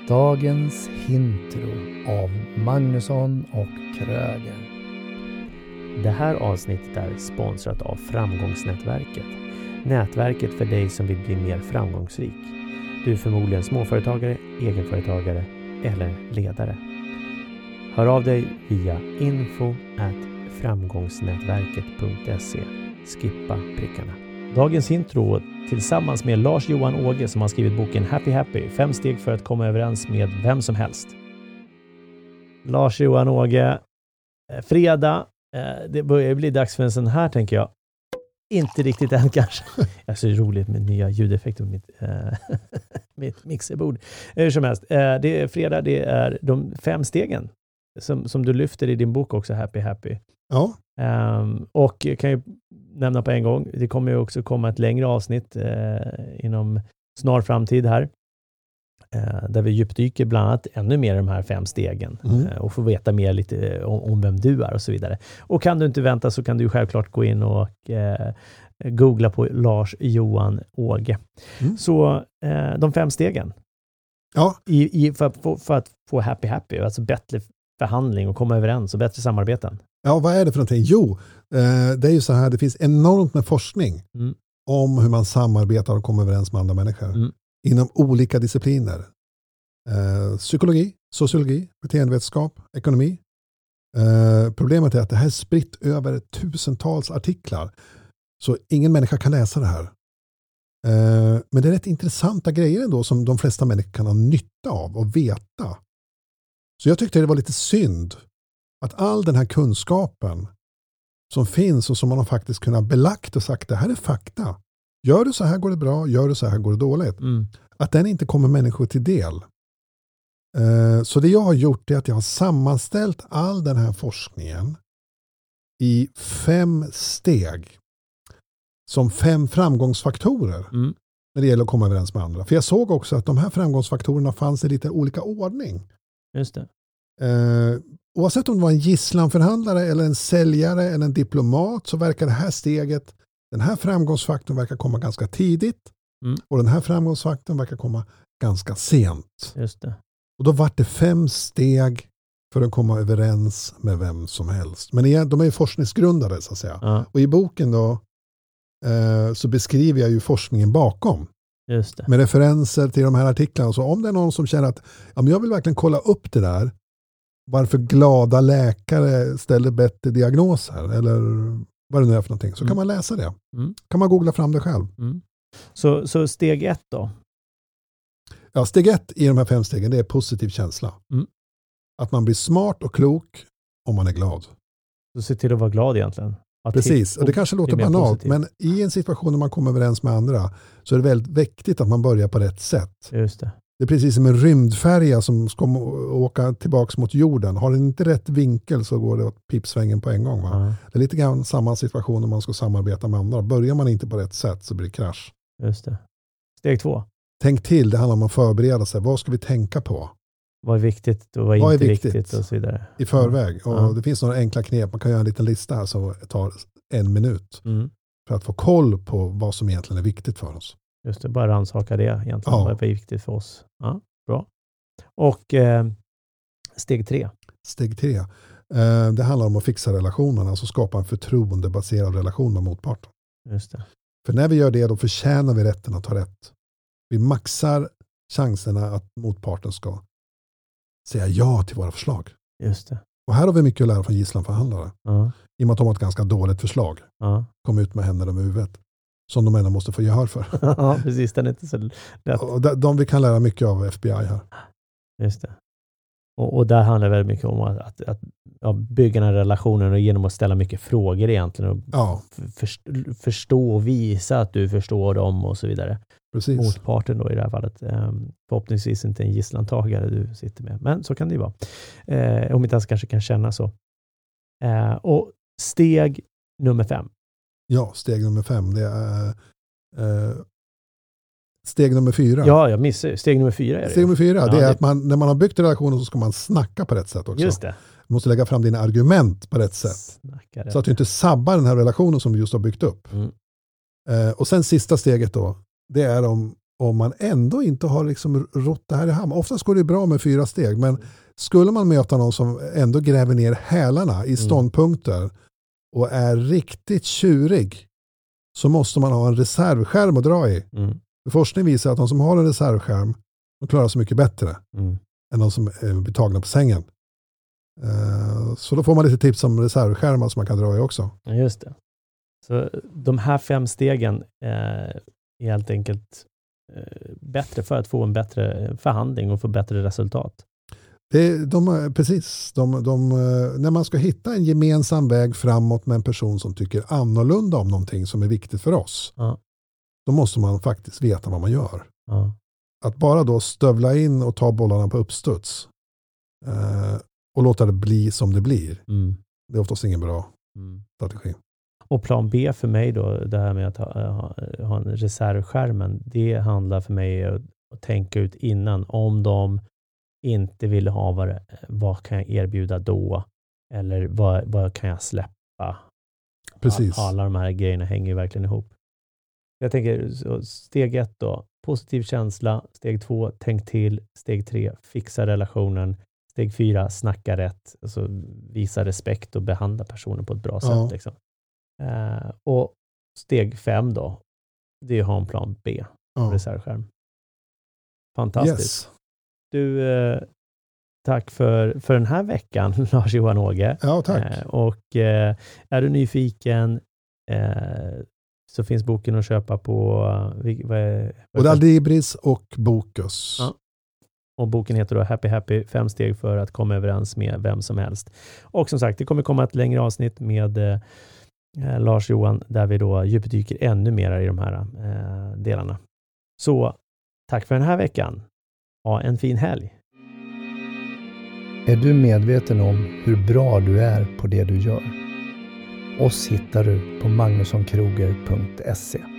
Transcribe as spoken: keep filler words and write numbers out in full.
Dagens intro av Magnusson och Kröger. Det här avsnittet är sponsrat av Framgångsnätverket. Nätverket för dig som vill bli mer framgångsrik. Du är förmodligen småföretagare, egenföretagare eller ledare. Hör av dig via info at framgångsnätverket punkt se. Skippa prickarna. Dagens intro tillsammans med Lars Johan Åge som har skrivit boken Happy Happy. Fem steg för att komma överens med vem som helst. Lars Johan Åge. Fredag. Det börjar bli dags för en sån här, tänker jag. Inte riktigt än kanske. Jag är så roligt med nya ljudeffekter på mitt, äh, mitt mixerbord. Hur som helst. Det är fredag. Det är de fem stegen som, som du lyfter i din bok också, Happy Happy. Ja. Um, och jag kan ju nämna på en gång, det kommer ju också komma ett längre avsnitt uh, inom snar framtid här. Uh, där vi djupdyker bland annat ännu mer i de här fem stegen. Mm. Uh, och får veta mer lite om, om vem du är och så vidare. Och kan du inte vänta så kan du självklart gå in och uh, googla på Lars Johan Åge. Mm. Så uh, de fem stegen. Ja. I, i, för, för, för att få happy happy, alltså bättre förhandling och komma överens och bättre samarbeten. Ja, vad är det för någonting? Jo, eh, det är ju så här, det finns enormt med forskning mm. om hur man samarbetar och kommer överens med andra människor. Mm. Inom olika discipliner. Eh, psykologi, sociologi, beteendevetenskap, ekonomi. Eh, problemet är att det här är spritt över tusentals artiklar. Så ingen människa kan läsa det här. Eh, men det är rätt intressanta grejer ändå som de flesta människor kan ha nytta av och veta. Så jag tyckte det var lite synd att all den här kunskapen som finns och som man har faktiskt kunnat belagt och sagt det här är fakta. Gör du så här går det bra, gör du så här går det dåligt. Mm. Att den inte kommer människor till del. Uh, så det jag har gjort är att jag har sammanställt all den här forskningen i fem steg. Som fem framgångsfaktorer mm. när det gäller att komma överens med andra. För jag såg också att de här framgångsfaktorerna fanns i lite olika ordning. Just det. Uh, Oavsett om det var en gisslanförhandlare eller en säljare eller en diplomat så verkar det här steget, den här framgångsfaktorn verkar komma ganska tidigt mm. och den här framgångsfaktorn verkar komma ganska sent. Just det. Och då var det fem steg för att komma överens med vem som helst. Men igen, de är ju forskningsgrundade så att säga. Ja. Och i boken då eh, så beskriver jag ju forskningen bakom. Just det. Med referenser till de här artiklarna. Så om det är någon som känner att ja, men jag vill verkligen kolla upp det där. Varför glada läkare ställer bättre diagnoser eller vad det nu är för någonting. Så mm. kan man läsa det. Mm. Kan man googla fram det själv. Mm. Så, så steg ett då? Ja, steg ett i de här fem stegen det är positiv känsla. Mm. Att man blir smart och klok om man är glad. Så se till att vara glad egentligen. Att Precis, och det kanske låter banalt. Positiv. Men i en situation när man kommer överens med andra så är det väldigt viktigt att man börjar på rätt sätt. Just det. Det är precis som en rymdfärja som ska åka tillbaka mot jorden. Har den inte rätt vinkel så går det åt pipsvängen på en gång. Va? Mm. Det är lite grann samma situation när man ska samarbeta med andra. Börjar man inte på rätt sätt så blir det krasch. Just det. Steg två. Tänk till, det handlar om att förbereda sig. Vad ska vi tänka på? Vad är viktigt och vad, vad inte är viktigt? viktigt och så vidare. I förväg. Mm. Och det finns några enkla knep. Man kan göra en liten lista här som tar en minut. Mm. För att få koll på vad som egentligen är viktigt för oss. Just det, bara rannsaka det egentligen. Ja. Vad är viktigt för oss. Ja, bra. Och eh, steg tre. Steg tre. Eh, det handlar om att fixa relationerna. Alltså skapa en förtroendebaserad relation med motparten. Just det. För när vi gör det då förtjänar vi rätten att ta rätt. Vi maxar chanserna att motparten ska säga ja till våra förslag. Just det. Och här har vi mycket att lära från gisslanförhandlare. Ja. I och med att de har ett ganska dåligt förslag. Ja. Kom ut med händerna med huvudet. Som de ändå måste få gehör för. Ja, precis. Den är inte så lätt. Och de, de vi kan lära mycket av F B I här. Just det. Och, och där handlar det väldigt mycket om att, att, att ja, bygga den här relationen och genom att ställa mycket frågor egentligen. Och ja. för, förstå och visa att du förstår dem och så vidare. Precis. Motparten då i det här fallet. Um, förhoppningsvis inte en gisslantagare du sitter med. Men så kan det ju vara. Uh, om inte ens kanske kan känna så. Uh, och steg nummer fem. Ja, steg nummer fem. Det är uh, steg nummer fyra. Ja, jag missar. Steg nummer fyra är det. Steg nummer fyra, ja, det är det... att man, när man har byggt relationen så ska man snacka på rätt sätt också. Just det. Du måste lägga fram dina argument på rätt sätt. Snackare. Så att du inte sabbar den här relationen som du just har byggt upp. Mm. Uh, och sen sista steget då, det är om om man ändå inte har liksom rott det här i hamn. Oftast går det bra med fyra steg, men skulle man möta någon som ändå gräver ner hälarna i ståndpunkter och är riktigt tjurig, så måste man ha en reservskärm att dra i. Mm. Forskning visar att de som har en reservskärm, de klarar sig mycket bättre mm. än de som blir tagna på sängen. Uh, så då får man lite tips om reservskärmar som man kan dra i också. Ja, just det. Så de här fem stegen eh, är helt enkelt eh, bättre för att få en bättre förhandling och få bättre resultat. Det, de, precis. De, de, när man ska hitta en gemensam väg framåt med en person som tycker annorlunda om någonting som är viktigt för oss, ja. då måste man faktiskt veta vad man gör. Ja. Att bara då stövla in och ta bollarna på uppstuds eh, och låta det bli som det blir. Mm. Det är oftast ingen bra mm. strategi. Och plan B för mig då, det här med att ha, ha, ha en reservskärmen, det handlar för mig att, att tänka ut innan om de inte vill ha vad, vad kan jag erbjuda då, eller vad, vad kan jag släppa. Precis. All, alla de här grejerna hänger ju verkligen ihop. Jag tänker så, steg ett då, positiv känsla. Steg två, tänk till. Steg tre, fixa relationen. Steg fyra, snacka rätt. Alltså visa respekt och behandla personen på ett bra ja. sätt. Liksom. Uh, och steg fem då, det är att ha en plan B. Ja. Reservskärm. Fantastiskt. Yes. Du, eh, tack för, för den här veckan, Lars-Johan Åge. Ja, tack. Eh, och eh, är du nyfiken eh, så finns boken att köpa på eh, vad är, vad Både Adlibris och Bokus. Ja. Och boken heter då Happy Happy, fem steg för att komma överens med vem som helst. Och som sagt, det kommer komma ett längre avsnitt med eh, Lars-Johan där vi då djupdyker ännu mer i de här eh, delarna. Så tack för den här veckan. Ha en fin helg. Är du medveten om hur bra du är på det du gör? Oss hittar du på magnussonkroger punkt se.